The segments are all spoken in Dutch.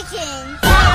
watching.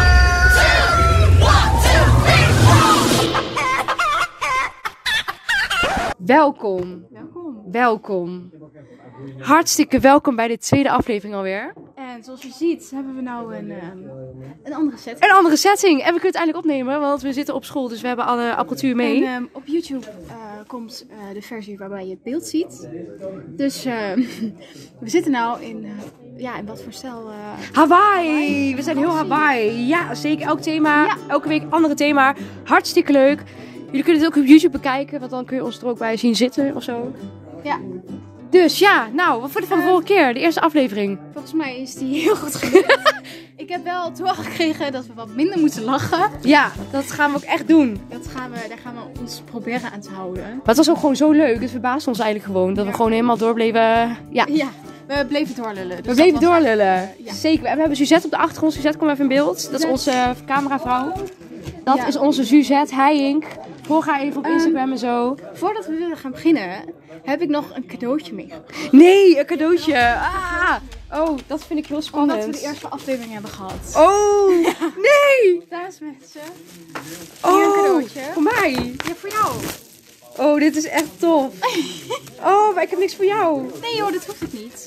Welkom. Welkom. Hartstikke welkom bij de tweede aflevering alweer. En zoals je ziet hebben we nou een andere setting. Een andere setting. En we kunnen het eindelijk opnemen, want we zitten op school, dus we hebben alle apparatuur mee. En op YouTube komt de versie waarbij je het beeld ziet. Dus we zitten nou in wat voor stijl? Hawaii! We zijn heel Hawaii. Ja, zeker. Elk thema, elke week andere thema. Hartstikke leuk. Jullie kunnen het ook op YouTube bekijken, want dan kun je ons er ook bij zien zitten of zo. Ja. Dus ja, nou, wat vond je van de vorige keer? De eerste aflevering. Volgens mij is die heel goed gelukt. Ik heb wel doorgekregen dat we wat minder moeten lachen. Ja, dat gaan we ook echt doen. Daar gaan we ons proberen aan te houden. Maar het was ook gewoon zo leuk. Het verbaasde ons eigenlijk gewoon. Dat we gewoon helemaal doorbleven. Ja. We bleven doorlullen. Dus we bleven doorlullen. Ja. Zeker. En we hebben Suzette op de achtergrond. Suzette, kom even in beeld. Dat is onze cameravrouw. Dat is onze Suzette Heijink. Volg haar even op Instagram en zo. Voordat we willen gaan beginnen, heb ik nog een cadeautje meegebracht. Nee, een cadeautje. Ah. Oh, dat vind ik heel spannend. Omdat we de eerste aflevering hebben gehad. Oh, nee. Dames mensen. Oh, een cadeautje. Voor mij. Ja, voor jou. Oh, dit is echt tof. Oh, maar ik heb niks voor jou. Nee joh, dat hoeft het niet.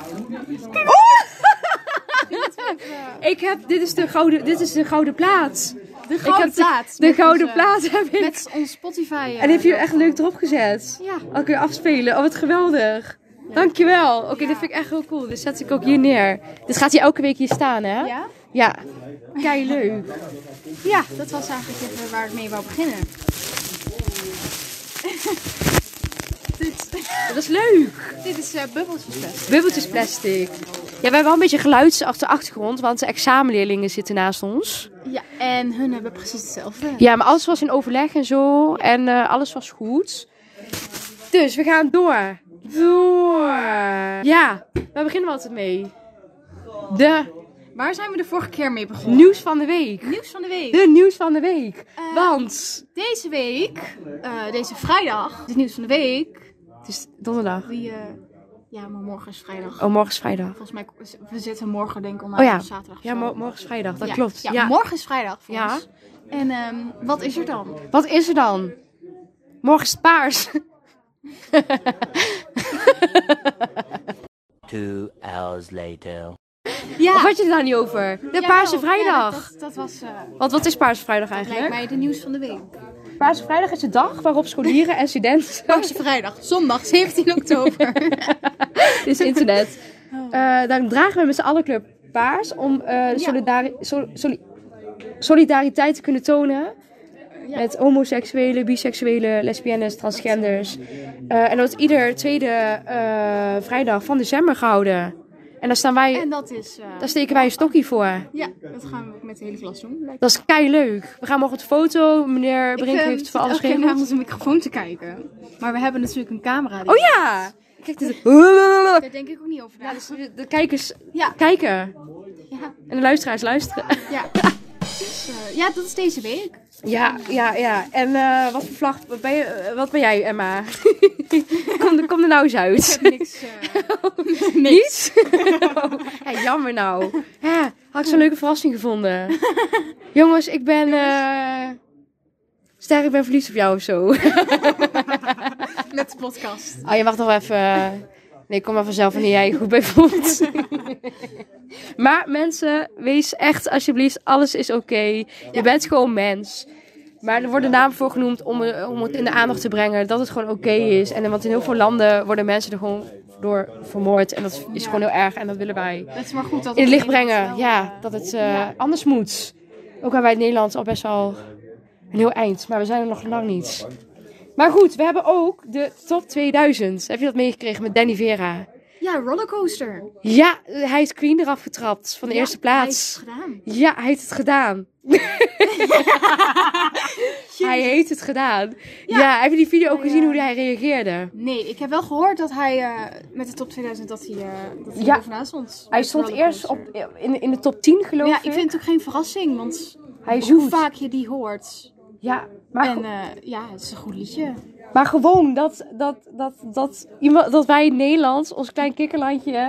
Dit is de gouden plaat. De gouden plaat. De gouden plaat heb ik. Met ons Spotify. En heb je echt leuk erop gezet. Ja. Al kun je afspelen. Oh, wat geweldig. Ja. Dankjewel. Oké, dit vind ik echt heel cool. Dit zet ik ook hier neer. Dit gaat hier elke week hier staan, hè? Ja? Ja. Kei leuk. Ja, dat was eigenlijk even waar ik mee wou beginnen. Dat is leuk. Dit is bubbeltjesplastic. Bubbeltjesplastic. Ja, we hebben wel een beetje geluid op de achtergrond, want de examenleerlingen zitten naast ons. Ja, en hun hebben precies hetzelfde. Ja, maar alles was in overleg en zo. En alles was goed. Dus we gaan door. Ja, waar beginnen we altijd mee? Waar zijn we de vorige keer mee begonnen? Nieuws van de week. Nieuws van de week. De nieuws van de week. Want deze week, deze vrijdag, het nieuws van de week. Het is donderdag. Ja, maar morgen is vrijdag. Oh, morgen is vrijdag. Volgens mij, we zitten morgen denk ik online op zaterdag. Ja, morgen is vrijdag, dat ja, klopt. Ja, morgen is vrijdag voor ons. En wat is er dan? Wat is er dan? Morgen is het paars. 2 hours later. Ja. Of had je het daar niet over? De Paarse Vrijdag. Ja, dat was... Want wat is Paarse Vrijdag eigenlijk? Lijkt mij de nieuws van de week. Paarse Vrijdag is de dag waarop scholieren en studenten... Paarse Vrijdag, zondag 17 oktober. Dit is internet. Dan dragen we met z'n allen kleur paars om solidariteit te kunnen tonen. Ja. Met homoseksuelen, biseksuelen, lesbiennes, transgenders. En dat wordt ieder tweede vrijdag van december gehouden. En daar staan wij. En dat is. Daar steken wij een stokje voor. Ja, dat gaan we met de hele klas doen. Dat is kei leuk. We gaan morgen op de foto. Meneer Brink heeft voor alles gegeven. Ik naar onze microfoon te kijken. Maar we hebben natuurlijk een camera. Oh ja! Kijk, daar denk ik ook niet over na. Ja, dus de kijkers kijken. Ja. En de luisteraars luisteren. Ja. Dus, dat is deze week. Ja. En wat voor vlag... Wat ben jij, Emma? kom er nou eens uit. Ik heb niks. Niets? Ja, jammer nou. Ja, had ik zo'n leuke verrassing gevonden. Jongens, ik ben... Ster, ik ben verliefd op jou of zo. Met de podcast. Oh, je wacht nog even... Nee, kom maar vanzelf wanneer jij je goed bij voelt. Maar mensen, wees echt alsjeblieft, alles is oké. Je bent gewoon mens. Maar er worden namen voor genoemd om het in de aandacht te brengen dat het gewoon oké is. En want in heel veel landen worden mensen er gewoon door vermoord. En dat is gewoon heel erg en dat willen wij dat is maar goed dat in het licht brengen. Ja, dat het anders moet. Ook hebben wij in Nederland al best wel een heel eind. Maar we zijn er nog lang niet. Maar goed, we hebben ook de top 2000. Heb je dat meegekregen met Danny Vera? Ja, rollercoaster. Ja, hij is Queen eraf getrapt van de eerste plaats. Hij heeft het gedaan. Ja, hij heeft het gedaan. Hij heeft het gedaan. Ja, heb je die video ook gezien hoe hij reageerde? Nee, ik heb wel gehoord dat hij met de top 2000 dat hij bovenaan stond. Hij stond eerst in de top 10 geloof ik. Ja, ik vind het ook geen verrassing, want hij is hoe goed. vaak je die hoort. Ja, maar het is een goed liedje. Maar gewoon dat wij in Nederland, ons klein kikkerlandje,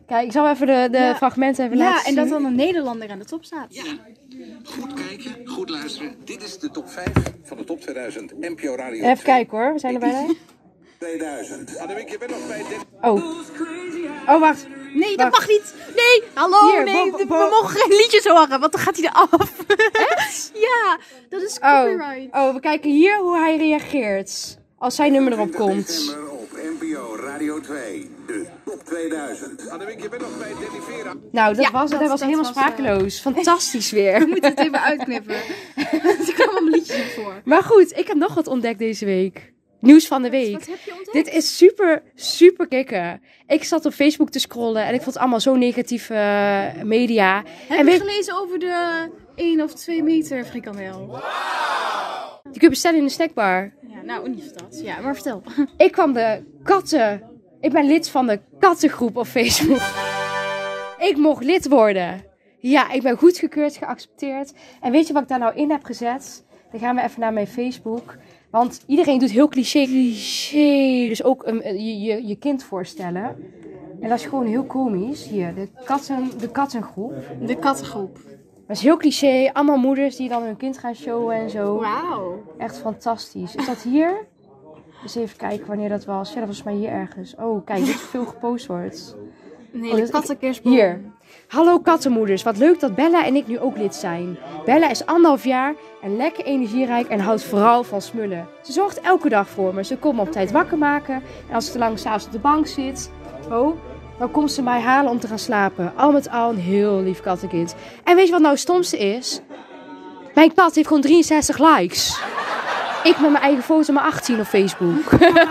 Kijk, ik zal even de fragmenten even laten Ja, zien. en dat dan een Nederlander aan de top staat. Ja. Goed kijken, goed luisteren. Dit is de top 5 van de top 2000 NPO Radio Even 2. kijken hoor, we zijn er bijna. 2000. Annemiek, je bent nog bij dit. Oh, wacht. Nee, dat Wacht. mag niet. Nee, hallo, Hier, nee, bo- we bo- mogen geen liedjes horen, want dan gaat hij eraf. Echt? Ja, dat is copyright. Oh, we kijken hier hoe hij reageert. Als zijn nummer erop 20 komt. december op NPO Radio 2. De top 2000. Annemiek, je bent nog bij Danny Vera. Nou, dat Ja, was het. dat- Hij was dat helemaal was, sprakeloos. Fantastisch weer. We moeten het even uitknippen. Er kwamen allemaal liedjes in voor. Maar goed, ik heb nog wat ontdekt deze week. Nieuws van de week. Wat heb je ontdekt? Dit is super, super kicken. Ik zat op Facebook te scrollen en ik vond het allemaal zo negatieve media. Heb en je weet, gelezen over de 1 of 2 meter frikandel? die kun je bestellen in de snackbar. Ja, nou, niet dat. Ja, maar vertel. Ik kwam ik ben lid van de kattengroep op Facebook. Ik mocht lid worden. Ja, ik ben goedgekeurd, geaccepteerd. En weet je wat ik daar nou in heb gezet? Dan gaan we even naar mijn Facebook. Want iedereen doet heel cliché. Dus ook je kind voorstellen. En dat is gewoon heel komisch. Hier, de kattengroep. De kattengroep. Dat is heel cliché. Allemaal moeders die dan hun kind gaan showen en zo. Wauw. Echt fantastisch. Is dat hier? Dus even kijken wanneer dat was. Ja, dat was maar hier ergens. Oh, kijk, dit is veel gepost wordt. Nee, Oh, de dat- kattenkerstboom. Hier. Hallo kattenmoeders, wat leuk dat Bella en ik nu ook lid zijn. Bella is 1,5 jaar en lekker energierijk en houdt vooral van smullen. Ze zorgt elke dag voor me. Ze komt me op tijd wakker maken. En als ik te lang s'avonds op de bank zit, dan komt ze mij halen om te gaan slapen. Al met al een heel lief kattenkind. En weet je wat nou het stomste is? Mijn kat heeft gewoon 63 likes. Ik met mijn eigen foto maar 18 op Facebook.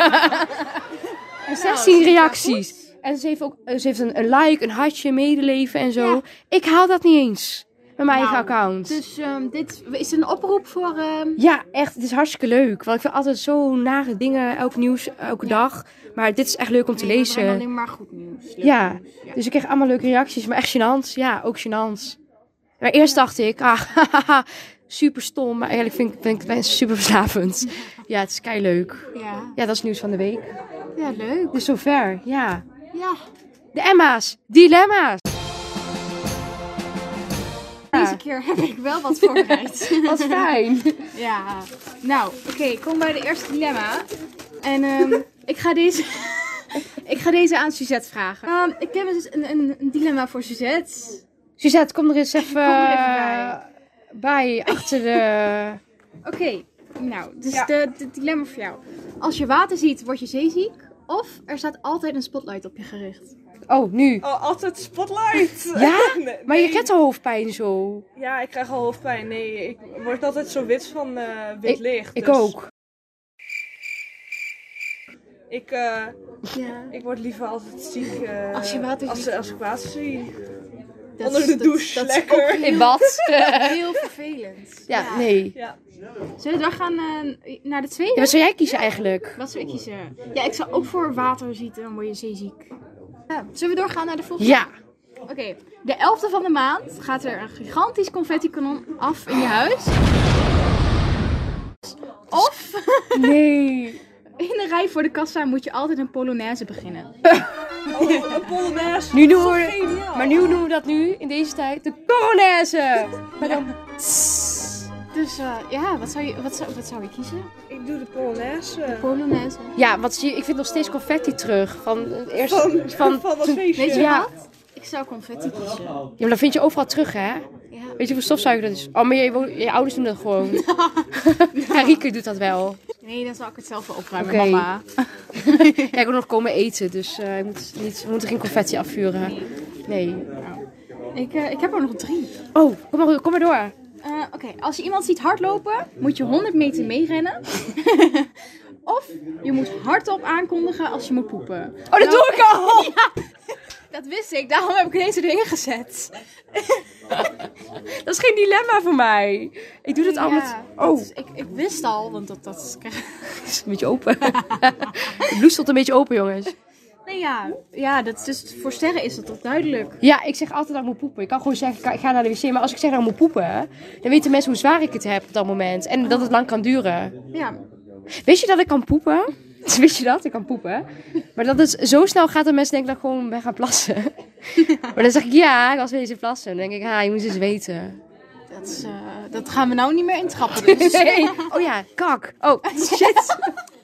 En 16 reacties. En ze heeft een like, een hartje, medeleven en zo. Ja. Ik haal dat niet eens. Met mijn eigen Nou, account. Dus dit is een oproep voor... Ja, echt. Het is hartstikke leuk. Want ik vind altijd zo nare dingen, elk nieuws, elke dag. Maar dit is echt leuk om te Nee, we brengen lezen. alleen maar goed nieuws. Leuk Ja. nieuws. Ja. Dus ik kreeg allemaal leuke reacties. Maar echt gênant. Ja, ook gênant. Maar eerst dacht ik, super stom. Maar eigenlijk vind ik het super verslavend. Ja, het is kei leuk. Ja. Ja, dat is nieuws van de week. Ja, leuk. Dus zover, ja. Ja. De Emma's, dilemma's. Deze keer heb ik wel wat voorbereid. Wat fijn. Ja. Nou, oké, kom bij de eerste dilemma. En ik ga deze aan Suzette vragen. Ik heb dus een dilemma voor Suzette. Suzette, kom er eens even, Kom er even bij achter de... Oké, nou, dus Ja. de dilemma voor jou. Als je water ziet, word je zeeziek. Of er staat altijd een spotlight op je gericht. Oh, nu. Oh, altijd spotlight. Ja? Nee, Maar je nee. kent al hoofdpijn zo. Ja, ik krijg al hoofdpijn. Nee, ik word altijd zo wit van wit licht. Ik dus ook. Ik word liever altijd ziek. Als je water ziet. Als ik water zie. Dat Onder is- de dat- douche, dat is lekker. ook In bad. heel vervelend. Ja, nee. Ja. Zullen we dan gaan naar de tweede? Ja, wat zou jij kiezen eigenlijk? Wat zou ik kiezen? Ja, ik zou ook voor water zitten, dan word je zeeziek. Ja, zullen we doorgaan naar de volgende? Ja. Oké, de 11e van de maand gaat er een gigantisch confetti-kanon af in je huis. Of Nee. in de rij voor de kassa moet je altijd een polonaise beginnen. Oh, een polonaise. Nu noemen we, Geniaal. maar nu noemen we dat nu, in deze tijd, de coronaise. Maar dan... Dus ja, wat zou je kiezen? Ik doe de polonaise. Polonaise. Ja, want ik vind nog steeds confetti terug. Van het eerste... Van dat feestje. Weet je Ja. wat? Ik zou confetti kiezen. Ja, maar dat vind je overal terug, hè? Ja. Weet je hoeveel stofzuiger dat is? Oh, maar je ouders doen dat gewoon. Ja, Rieke doet dat wel. Nee, dan zal ik het zelf wel opruimen, Oké. mama. Ja, ik wil nog komen eten, dus we moeten geen confetti afvuren. Nee. Ik heb er nog 3. Oh, kom maar door. Oké, als je iemand ziet hardlopen, moet je 100 meter meerennen. Of je moet hardop aankondigen als je moet poepen. Oh, dat doe ik al! Dat wist ik, daarom heb ik deze erin gezet. Dat is geen dilemma voor mij. Ik doe dit al met... Oh, Ik wist al, want dat is... is een beetje open. De blouse stond een beetje open, jongens. Nee, ja, dat is dus, voor sterren is dat toch duidelijk. Ja, ik zeg altijd dat ik moet poepen. Ik kan gewoon zeggen, ik ga naar de wc. Maar als ik zeg dat ik moet poepen, dan weten mensen hoe zwaar ik het heb op dat moment. En dat het lang kan duren. Ja. Wist je dat ik kan poepen? Dus wist je dat? Ik kan poepen. Maar dat is zo snel gaat dat mensen denken dat ik gewoon ben gaan plassen. Maar dan zeg ik, ja, ik was bezig plassen. Dan denk ik, je moet eens weten. Dat gaan we nou niet meer intrappen. Dus. Nee. Oh ja, kak. Oh, shit.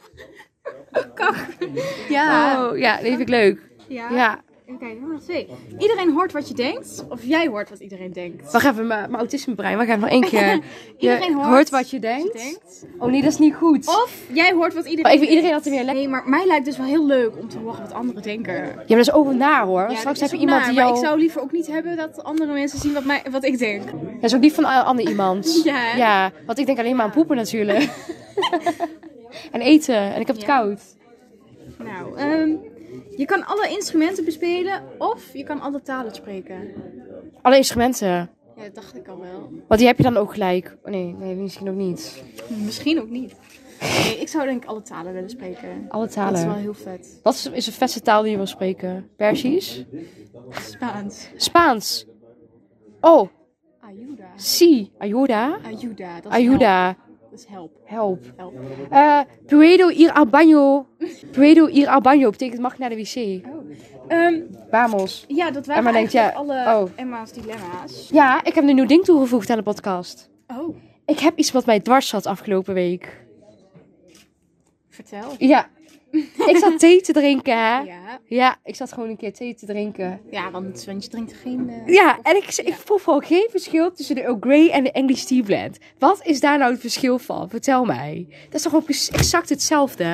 Ja. Oh, ja, dat vind ik leuk. Ja. Even kijken, we hebben nog 2. Iedereen hoort wat je denkt. Of jij hoort wat iedereen denkt. Wacht even, mijn autismebrein. Wacht even, nog één keer. Iedereen hoort wat je denkt. Oh nee, dat is niet goed. Of jij hoort wat iedereen Maar ik vind denkt. iedereen altijd weer lekker. Nee, maar mij lijkt dus wel heel leuk om te horen wat anderen denken. Ja, maar dat is over naar hoor. Ja, Straks dat heb is je ook iemand naar, die maar jou... ik zou liever ook niet hebben dat andere mensen zien wat ik denk. Dat is ook niet van een ander iemand. Ja, hè? Ja, want ik denk alleen maar aan poepen natuurlijk. En eten. En ik heb het koud. Nou, je kan alle instrumenten bespelen of je kan alle talen spreken. Alle instrumenten. Ja, dat dacht ik al wel. Want die heb je dan ook gelijk. Oh nee, misschien ook niet. Misschien ook niet. Nee, ik zou denk ik alle talen willen spreken. Alle talen. Dat is wel heel vet. Wat is de vetste taal die je wil spreken? Persisch? Spaans. Spaans. Oh, Ayuda. si. Ayuda. Ayuda. Dat is Ayuda. help. Dat is help. Help. Help. Puedo ir al baño. Puedo ir al baño betekent mag ik naar de wc. Vamos. Ja, dat waren Emma denkt, eigenlijk alle oh. Emma's dilemma's. Ja, ik heb een nieuw ding toegevoegd aan de podcast. Oh, Ik heb iets wat mij dwars zat afgelopen week. vertel. Ja. Ik zat thee te drinken, hè? Ja, Ja, ik zat gewoon een keer thee te drinken. ja want je drinkt geen... Ja, en ik voel vooral geen verschil tussen de Earl Grey en de English Tea Blend. Wat is daar nou het verschil van? Vertel mij. Dat is toch ook exact hetzelfde?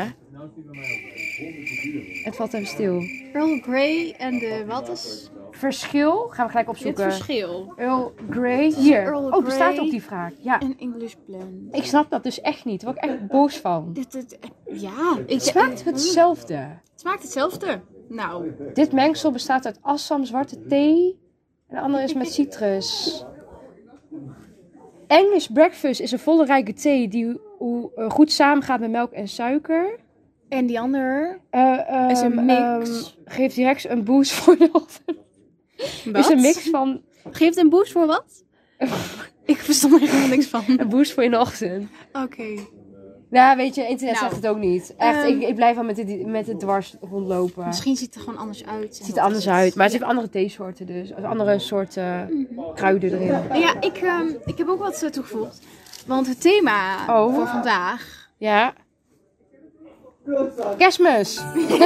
Het valt even stil. Earl Grey en de wat is Verschil? Gaan we gelijk dit opzoeken. verschil? Earl Grey. Hier. Earl Oh, er staat Grey ook die vraag. Ja. En English blend. Ik snap dat dus echt niet. Daar word ik echt boos van. Ja, Het smaakt hetzelfde. Het smaakt hetzelfde. Nou, Dit mengsel bestaat uit Assam zwarte thee. En de andere is met citrus. English breakfast is een volle rijke thee die goed samengaat met melk en suiker. en die andere Is een mix. Geeft direct een boost voor de ochtend. Is een mix van Geeft een boost voor wat? Ik verstond er helemaal niks van. een boost voor in de ochtend. Oké. Nou, weet je, internet Nou, zegt het ook niet. Echt, ik blijf wel met het dwars rondlopen. Misschien ziet het er gewoon anders uit. Het ziet er anders uit. Maar het heeft andere theesoorten dus. Andere soorten kruiden erin. Ja, ik heb ook wat toegevoegd. Want het thema voor vandaag Ja. Kerstmis.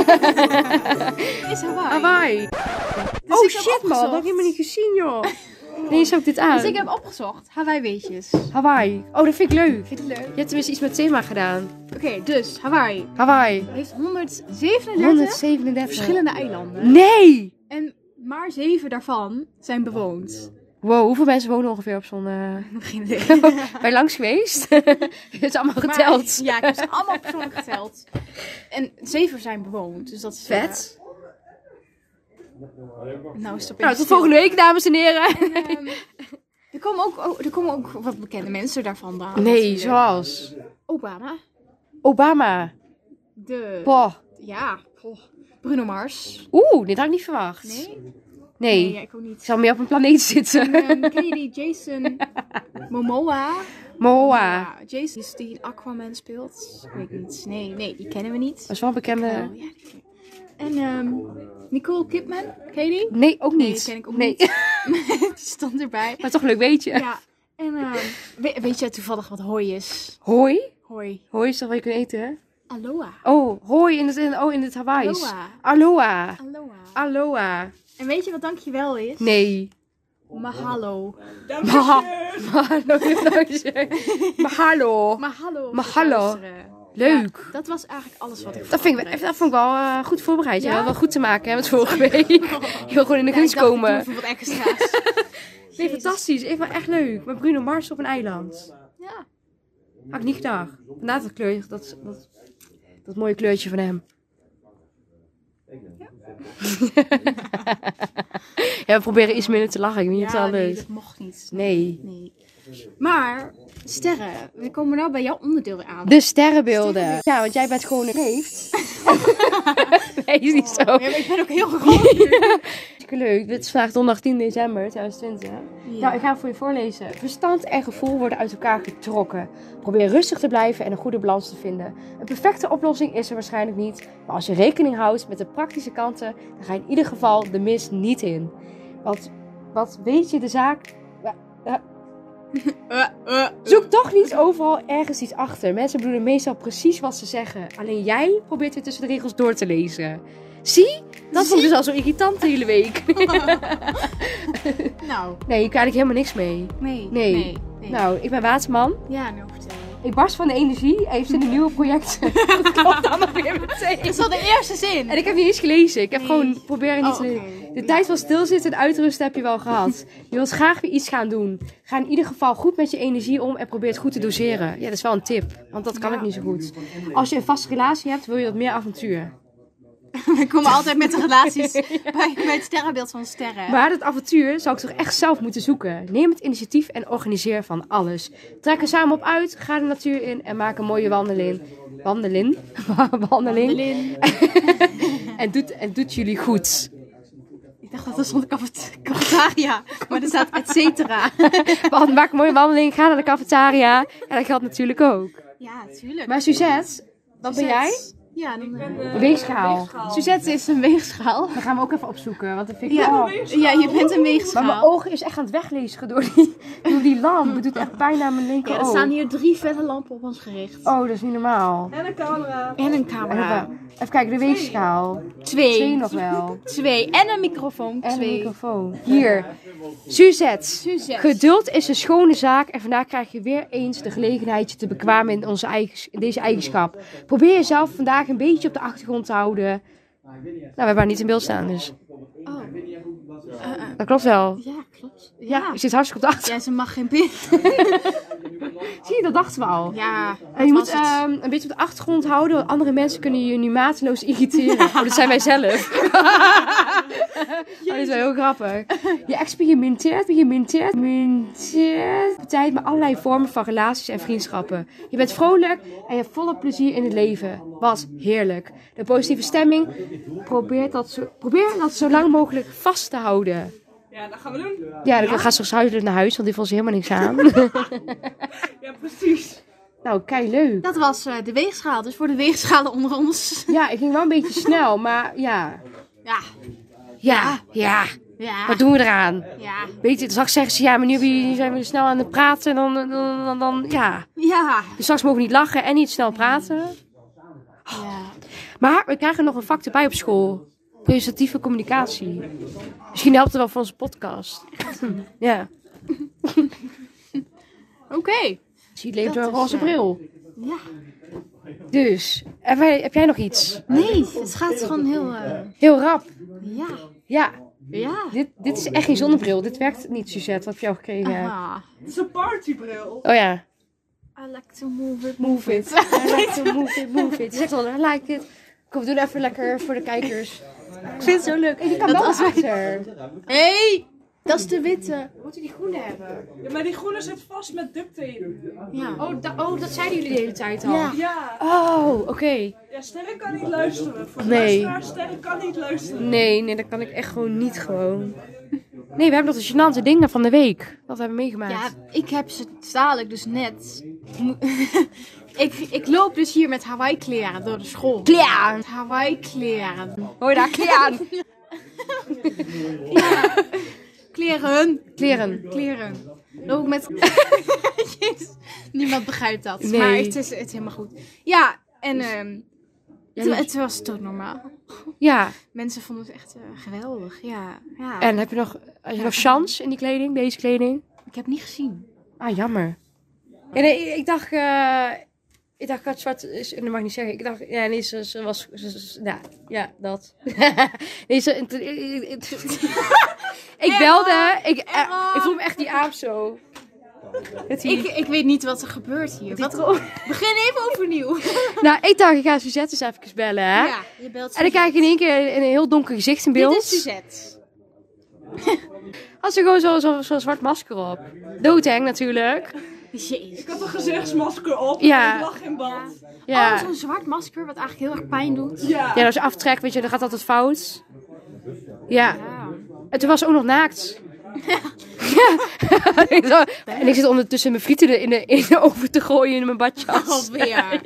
is Hawaii. Hawaii. Dus Oh ik heb shit man, opgezocht. dat heb ik helemaal niet gezien joh. Nee, zou ik dit aan? Dus ik heb opgezocht. Hawaii weetjes. Hawaii. Oh, dat vind ik leuk. Vind je het leuk? Je hebt tenminste iets met thema gedaan. Oké, dus Hawaii Hawaii. heeft 137 137. verschillende eilanden. Nee! En maar 7 daarvan zijn bewoond. Wow, hoeveel mensen wonen ongeveer op zo'n... Geen idee. Ben je langs geweest? Het is allemaal geteld. Maar, ja, ik heb ze allemaal persoonlijk geteld. En 7 zijn bewoond. Dus dat is Vet. Nou is het Nou, tot volgende week, dames en heren. Er komen ook wat bekende mensen daar vandaan. Nee, natuurlijk. zoals... Obama. Obama. Boah. Ja. Bruno Mars. Oeh, dit had ik niet verwacht. Nee? Nee. Ja, ik ook niet. Ik zou meer op een planeet zitten. Ken je die Jason Momoa? Moa. Ja, Jason is die in Aquaman speelt. Ik weet niet. Nee, die kennen we niet. Dat is wel een bekende... Oh, ja, die ken ik. En Nicole Kidman, ken je die? Nee, ook Nee, niet. die ken ik ook nee. niet. Die stond erbij. Maar toch leuk, weet je. Ja. En weet je toevallig wat hoi is? Hoi? Hoi. Hoi is toch wat je kunt eten, hè? Aloha. Oh, hoi in het Hawaiis. Aloha. Aloha. Aloha. Aloha. En weet je wat dankjewel is? Nee. Mahalo. Mahalo. Mahalo. Mahalo. Mahalo. Leuk. Ja, dat was eigenlijk alles wat ik Dat vond ik wel goed voorbereid. Ja? Wel goed te maken hè, met vorige week. Je wil gewoon in de gunst komen. Ik doe even wat extra's. Nee, fantastisch. Ik vond het echt leuk. Met Bruno Mars op een eiland. Ja. Had ik niet gedacht. Vandaar dat kleur, dat mooie kleurtje van hem. Ja, we proberen iets minder te lachen. Ik weet niet of het al Nee, leuk. dat mocht niet. Nee. Nee. Maar, sterren, we komen nou bij jouw onderdeel aan. De sterrenbeelden. Ja, want jij bent gewoon een leeft. Nee, is niet zo. Ja, maar ik ben ook heel groot. Hartstikke leuk. Dit is vandaag donderdag 10 december 2020. Nou, ik ga het voor je voorlezen. Verstand en gevoel worden uit elkaar getrokken. Probeer rustig te blijven en een goede balans te vinden. Een perfecte oplossing is er waarschijnlijk niet. Maar als je rekening houdt met de praktische kanten, dan ga je in ieder geval de mis niet in. Wat weet je de zaak... Zoek toch niet overal ergens iets achter. Mensen bedoelen meestal precies wat ze zeggen. Alleen jij probeert weer tussen de regels door te lezen. Zie? Dat vond ik dus al zo irritant de hele week. Nou, Nee, hier krijg ik helemaal niks mee. nee. Nou, ik ben waterman. Ja, nou vertel. Ik barst van de energie. Heeft in een nieuwe project. Dat klopt allemaal weer meteen. Dat is al de eerste zin. En ik heb niet eens gelezen. Ik heb gewoon proberen niet Oh, te lezen. oké. De tijd van stilzitten en uitrusten heb je wel gehad. Je wilt graag weer iets gaan doen. Ga in ieder geval goed met je energie om en probeer het goed te doseren. Ja, dat is wel een tip. Want dat kan ik niet zo goed. Als je een vaste relatie hebt, wil je wat meer avontuur. We komen altijd met de relaties bij het sterrenbeeld van sterren. Maar dat avontuur zou ik toch echt zelf moeten zoeken. Neem het initiatief en organiseer van alles. Trek er samen op uit, ga de natuur in en maak een mooie wandeling. Wandeling? en doet jullie goed. Ik dacht dat er stond cafetaria, maar er staat et cetera. Maak een mooie wandeling, ga naar de cafetaria. En dat geldt natuurlijk ook. Ja, tuurlijk. Maar Suzette, wat ben jij? Ja, dan... Een weegschaal. Suzette is een weegschaal. Dat gaan we ook even opzoeken. Want dat vind ik Ja, oh. ja, je bent een Maar weegschaal. mijn ogen is echt aan het weglezen door die lamp. Het doet echt pijn aan mijn linker Ja, er oog. staan hier 3 vette lampen op ons gericht. Oh, dat is niet normaal. En een camera. En een camera. Even kijken, de weegschaal. 2. 2 nog wel. 2. En een microfoon. En een 2. microfoon. Hier. Suzette. Suzette. Geduld is een schone zaak en vandaag krijg je weer eens de gelegenheid je te bekwamen in deze eigenschap. Probeer jezelf vandaag een beetje op de achtergrond te houden. Nou, we hebben haar niet in beeld staan, dus Oh, dat klopt wel. ja, klopt. Ja, je zit hartstikke op de achtergrond. Ja, ze mag geen pin. Zie je, dat dachten we al. Ja, En je moet was het. een beetje op de achtergrond houden, want andere mensen kunnen je nu mateloos irriteren. Oh, dat zijn wij zelf. Dat is wel heel grappig. Je experimenteert tijd met allerlei vormen van relaties en vriendschappen. Je bent vrolijk en je hebt volle plezier in het leven. Wat heerlijk. De positieve stemming, probeer dat zo lang mogelijk vast te houden. Ja, dat gaan we doen. Ja, dan gaat ze straks huilen naar huis, want die vond ze helemaal niks aan. Ja, precies. Nou, kei leuk. Dat was de weegschaal. Dus voor de weegschalen onder ons. Ja, ik ging wel een beetje snel, maar ja. Ja. Ja. Ja. Wat doen we eraan? Ja. Weet je, straks zeggen ze, ja, maar nu zijn we snel aan het praten. Dan ja. Ja. Dus straks mogen we niet lachen en niet snel praten. Ja. Maar we krijgen nog een vak erbij op school. Presentatieve communicatie. Misschien helpt het wel voor onze podcast. Ja. Oké. Zie het leven Dat door een is, roze bril. Ja. Dus, heb jij nog iets? Nee, het gaat gewoon heel... Heel rap. ja. Ja, Ja. dit is echt geen zonnebril. Dit werkt niet, Suzette, wat ik jou gekregen heb. Aha. Het is een partybril. Oh ja. I like to move it. Move it. I like to move it, move it. Het is echt wel, I like it. Kom, we doen even lekker voor de kijkers. Ik vind het zo leuk. En die kan Dat wel als wij- achter. Hey! Dat is de witte. Moeten die groene hebben? Ja, maar die groene zit vast met duct tape. Ja. Oh, dat zeiden jullie de hele tijd al. Ja. Ja. Oh, oké. Ja, Sterren kan niet luisteren. Voor de Nee. luisteraar, Sterren kan niet luisteren. Nee, dat kan ik echt gewoon niet gewoon. Nee, we hebben nog een gênante ding van de week. Wat we hebben meegemaakt. Ja, ik heb ze dadelijk dus net. Ik loop dus hier met Hawaii kleren door de school. Kleren. Met Hawaii kleren. Hoor je daar? Kleren. Kleren. Loop ik met... Jezus, niemand begrijpt dat. Nee. Maar het is helemaal goed. Ja, en Ja, het was toch normaal. Ja. Mensen vonden het echt geweldig. Ja. En heb je nog chance in die kleding? Deze kleding? Ik heb niet gezien. Ah, jammer. Ja, nee, ik dacht, ik had zwart, dat mag ik niet zeggen. Ik dacht, ja, nee, ze was, ja, dat. Nee, ik belde, ik voel me echt die aap zo. Ik weet niet wat er gebeurt hier. Begin even overnieuw. Nou, ik dacht, ik ga Suzette eens even bellen, hè. Ja, je belt En dan krijg ik in één keer een heel donker gezicht in beeld. Dit is Suzette. Had ze gewoon zo'n zwart masker op. Doodeng natuurlijk. Jezus. Ik had een gezichtsmasker op. Ja. En ik lag in bad. Ja. Oh, zo'n zwart masker wat eigenlijk heel erg pijn doet. Ja. Ja, als je aftrekt, weet je, dan gaat altijd fout. Ja. Ja. En toen was ze ook nog naakt. Ja. En ik zit ondertussen mijn frieten in de oven te gooien in mijn badjas. Alweer.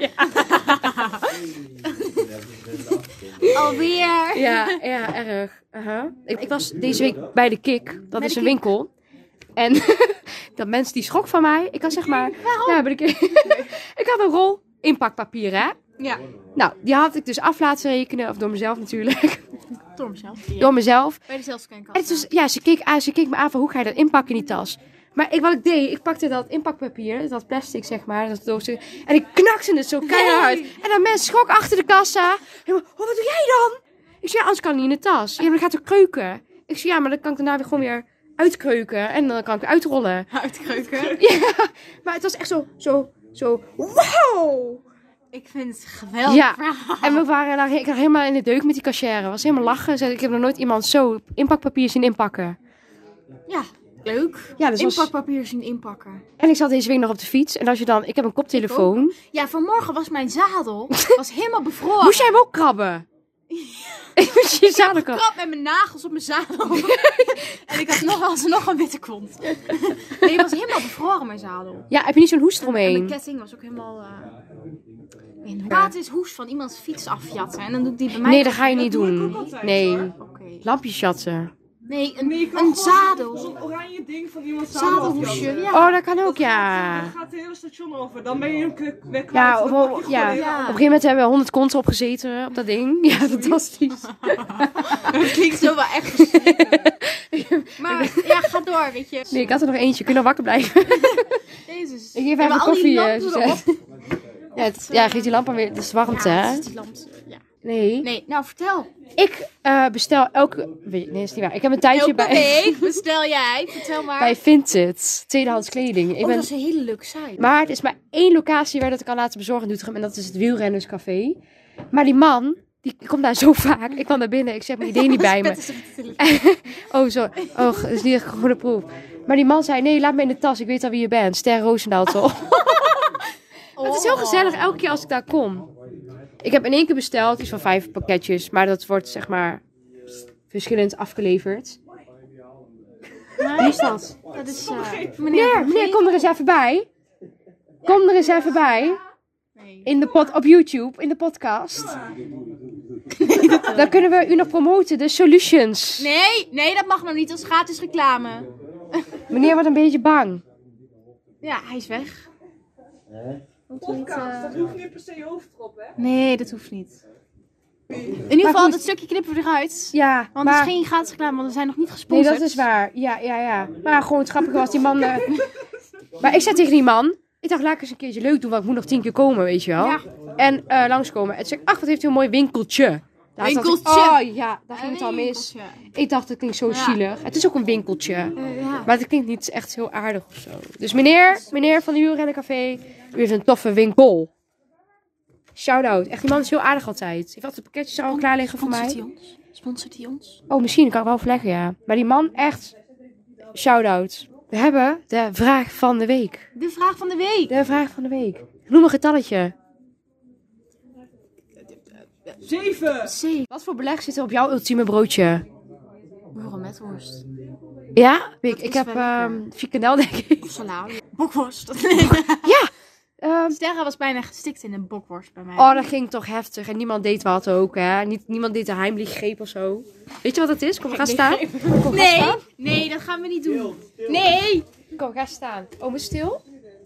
Alweer. Ja, erg. Ik was deze week bij de Kik. Dat is een winkel. En dat mensen die schrok van mij. Ik had zeg maar... Ja, bij de Kik. Ik had een rol inpakpapier, hè. Ja. Nou, die had ik dus af laten rekenen. Of door mezelf natuurlijk. Door mezelf. Door mezelf. Bij de zelfscankast. En dus, ja, ze keek me aan van hoe ga je dat inpakken in die tas. Maar wat ik deed, ik pakte dat inpakpapier, dat plastic zeg maar, dat doosje, en ik knakte het zo keihard. En dan mensen schrok achter de kassa. En ik, wat doe jij dan? Ik zei, anders kan het niet in de tas. Ja, maar dan gaat het kreuken. Ik zei, ja, maar dan kan ik daarna weer gewoon weer uitkreuken. En dan kan ik weer uitrollen. Uitkreuken. Ja, maar het was echt zo, wow! Ik vind het geweldig Ja, verhaal. en we waren daar, ik lag helemaal in de deuk met die cashier. Was helemaal lachen. Zei, ik heb nog nooit iemand zo inpakpapier zien inpakken. Ja, leuk. Ja, dus Inpakpapier zien inpakken. En ik zat deze week nog op de fiets. En als je dan, ik heb een koptelefoon. Ja, vanmorgen was mijn zadel was helemaal bevroren. Moest jij hem ook krabben? Ik moest je zadel krabben. krab met mijn nagels op mijn zadel. En ik had nog een witte kont. Nee, het was helemaal bevroren, mijn zadel. Ja, heb je niet zo'n hoest En mijn eromheen? ketting was ook helemaal... Het is hoes van iemands fiets afjatten. En dan doe ik die bij mij... Nee, dat ga je niet doe ik doen. ook altijd, Nee, hoor. Oké. lampjes jatten. Nee, Nee, je kan een gewoon zadel. Zo'n oranje ding van iemand Zadelhoesje, ja. Oh, dat kan ook, ja. Dan gaat het hele station over. Dan ben je hem weer kwijt. Ja, Dan op, pak je ja. gewoon Op even een af. gegeven moment hebben we 100 konten opgezeten op dat ding. Ja, fantastisch. Dat klinkt zo wel echt verschrikkelijk. Maar ja, ga door, weet je. Nee, ik had er nog eentje. Kun je nog wakker blijven? Jezus. Ik geef Ja, even maar al die koffie. lampen erop. Ja, ja, geef die lamp aan weer. Het is warmte, Ja, hè? het is die lamp. Ja. Nee. Nee, nou vertel. Ik bestel elke... Nee, is niet waar. Ik heb een tijdje Elke bij... week bestel jij. Vertel maar. Bij Vinted. Tweedehands kleding. Oh, dat is een hele leuke site. Maar het is maar één locatie waar dat ik kan laten bezorgen in Doetinchem. En dat is het Wielrennerscafé. Maar die man, die komt daar zo vaak. Ik kwam daar binnen. Ik zeg mijn idee niet bij me. Oh, zo. Oh, dat is niet echt een goede proef. Maar die man zei, nee, laat me in de tas. Ik weet al wie je bent. Ster Roosendaal toch? Het is heel gezellig elke keer als ik daar kom. Ik heb in één keer besteld. Iets van 5 pakketjes. Maar dat wordt zeg maar verschillend afgeleverd. Wie is dat? Dat is Meneer, kom er eens even bij. Kom er eens even bij. Nee. Op YouTube, in de podcast. Dan kunnen we u nog promoten, de Solutions. Nee, dat mag nog niet. Dat is gratis reclame. Meneer wordt een beetje bang. Ja, hij is weg. Podcast, dat hoeft niet per se je hoofd erop, hè? Nee, dat hoeft niet. In ieder geval, goed. dat stukje knippen we eruit. Ja, Want maar... het is geen gratis reclame, want we zijn nog niet Nee, gesponsord. dat is waar. Ja. Maar gewoon het grappige was, die man... Maar ik zei tegen die man... Ik dacht, laat ik eens een keertje leuk doen, want ik moet nog 10 keer komen, weet je wel. Ja. En langskomen. En toen zei ik, ach, wat heeft u een mooi winkeltje. Daar dacht ik, Winkeltje. oh ja, daar ging het al mis. Ik dacht, dat klinkt zo zielig. Het is ook een winkeltje. Ja. Maar het klinkt niet echt heel aardig of zo. Dus meneer van de Wielrennencafé, u heeft een toffe winkel. Shout-out. Echt, die man is heel aardig altijd. Heeft altijd de pakketjes al klaar liggen voor mij. Sponsort hij ons? Oh, misschien. Kan ik wel overleggen, ja. Maar die man, echt, shout-out. We hebben de vraag van de week. De vraag van de week. De vraag van de week. Noem een getalletje. 7. C. Wat voor beleg zit er op jouw ultieme broodje? Boeren met worst. Ja? Ik is heb wel frikandel, denk ik. Of salade. Bokworst. Sterra was bijna gestikt in een bokworst bij mij. Oh, dat ging toch heftig. En niemand deed wat ook, hè. Niemand deed een heimlichgreep of zo. Weet je wat het is? Kom, ga staan. Nee, dat gaan we niet doen. Nee. Kom, ga staan. Oh, maar stil.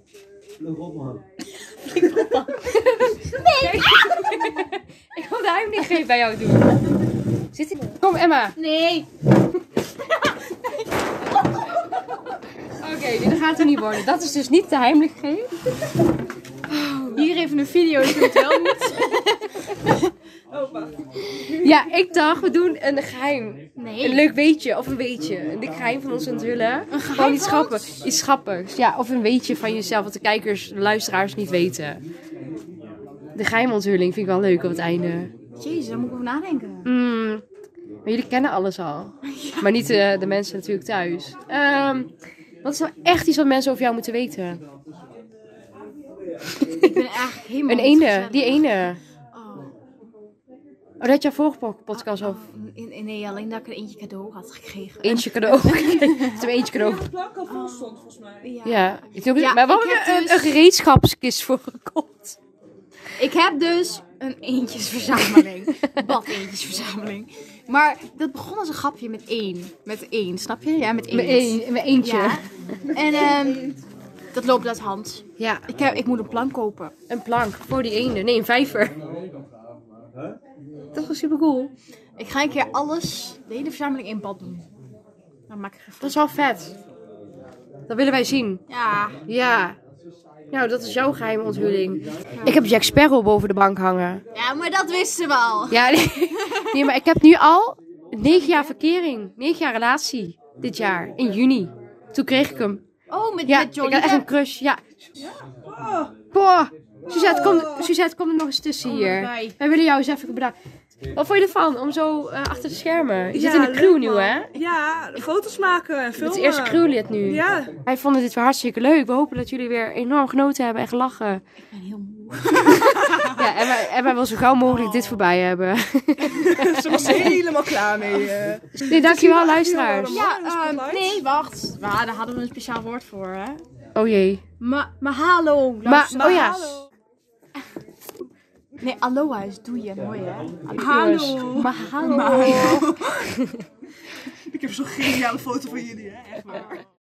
Ik wil de heimlichgreep bij jou doen. Zit hij? Kom, Emma. Nee. Oké, dit gaat er niet worden. Dat is dus niet de heimlichgreep. Hier even een video, dat het wel moet. Oh, wacht. Ja, ik dacht, we doen een geheim. Nee. Een leuk weetje of een weetje. Een dik geheim van ons onthullen. Gewoon iets grappigs. Iets grappigs. Ja, of een weetje van jezelf, wat de kijkers, de luisteraars niet weten. De geheimonthulling vind ik wel leuk op het einde. Jezus, daar moet ik over nadenken. Maar jullie kennen alles al. Maar niet de mensen natuurlijk thuis. Wat is nou echt iets wat mensen over jou moeten weten? Ik ben eigenlijk helemaal Een niet ene, gezellig. die ene. Oh. Oh, dat had je vorige podcast over. Nee, alleen dat ik er eentje cadeau had gekregen. Eentje cadeau. Het is eentje cadeau. De plank al vol stond, volgens mij. Ja. Ja, Maar wat ik heb heb je dus- een gereedschapskist voor gekocht? Ik heb dus een eentjesverzameling. Bad-eentjesverzameling. Maar dat begon als een grapje met één. Met één, snap je? Ja, met één. Met eentje. Ja. En dat loopt uit hand. Ja, Ik moet een plank kopen. een plank voor die ene. Nee, een vijver. Dat was super cool. Ik ga een keer de hele verzameling in bad doen. Dan maak ik even. Dat is wel vet. Dat willen wij zien. Ja. Ja. Nou, dat is jouw geheime onthulling. Ik heb Jack Sparrow boven de bank hangen. Ja, maar dat wisten we al. Ja, nee, maar ik heb nu al 9 jaar verkering. 9 jaar relatie. Dit jaar. In juni. Toen kreeg ik hem. Oh, met Ja, Johnny ik had echt een Depp. crush. Ja. Boah. Suzette, kom er nog eens tussen hier. bij. Wij willen jou eens even bedanken. Wat vond je ervan? Om zo achter de schermen. Je zit in de crew nu, hè? Ja, foto's maken en Het filmen. is het eerste crewlid nu. Ja. Wij vonden dit weer hartstikke leuk. We hopen dat jullie weer enorm genoten hebben en gelachen. Ik ben heel moe. Ja, en wij willen zo gauw mogelijk dit voorbij hebben. Ze was helemaal klaar mee. Nee, dankjewel luisteraars. Ja, Spotlight? nee, wacht. Daar hadden we een speciaal woord voor, hè? Oh jee. Maar hallo. Maar, oh ja. Hallo. Nee, aloha is doei en hoi, hè? Hallo. Maar hallo. Ik heb zo'n geniale foto van jullie, hè? Echt waar.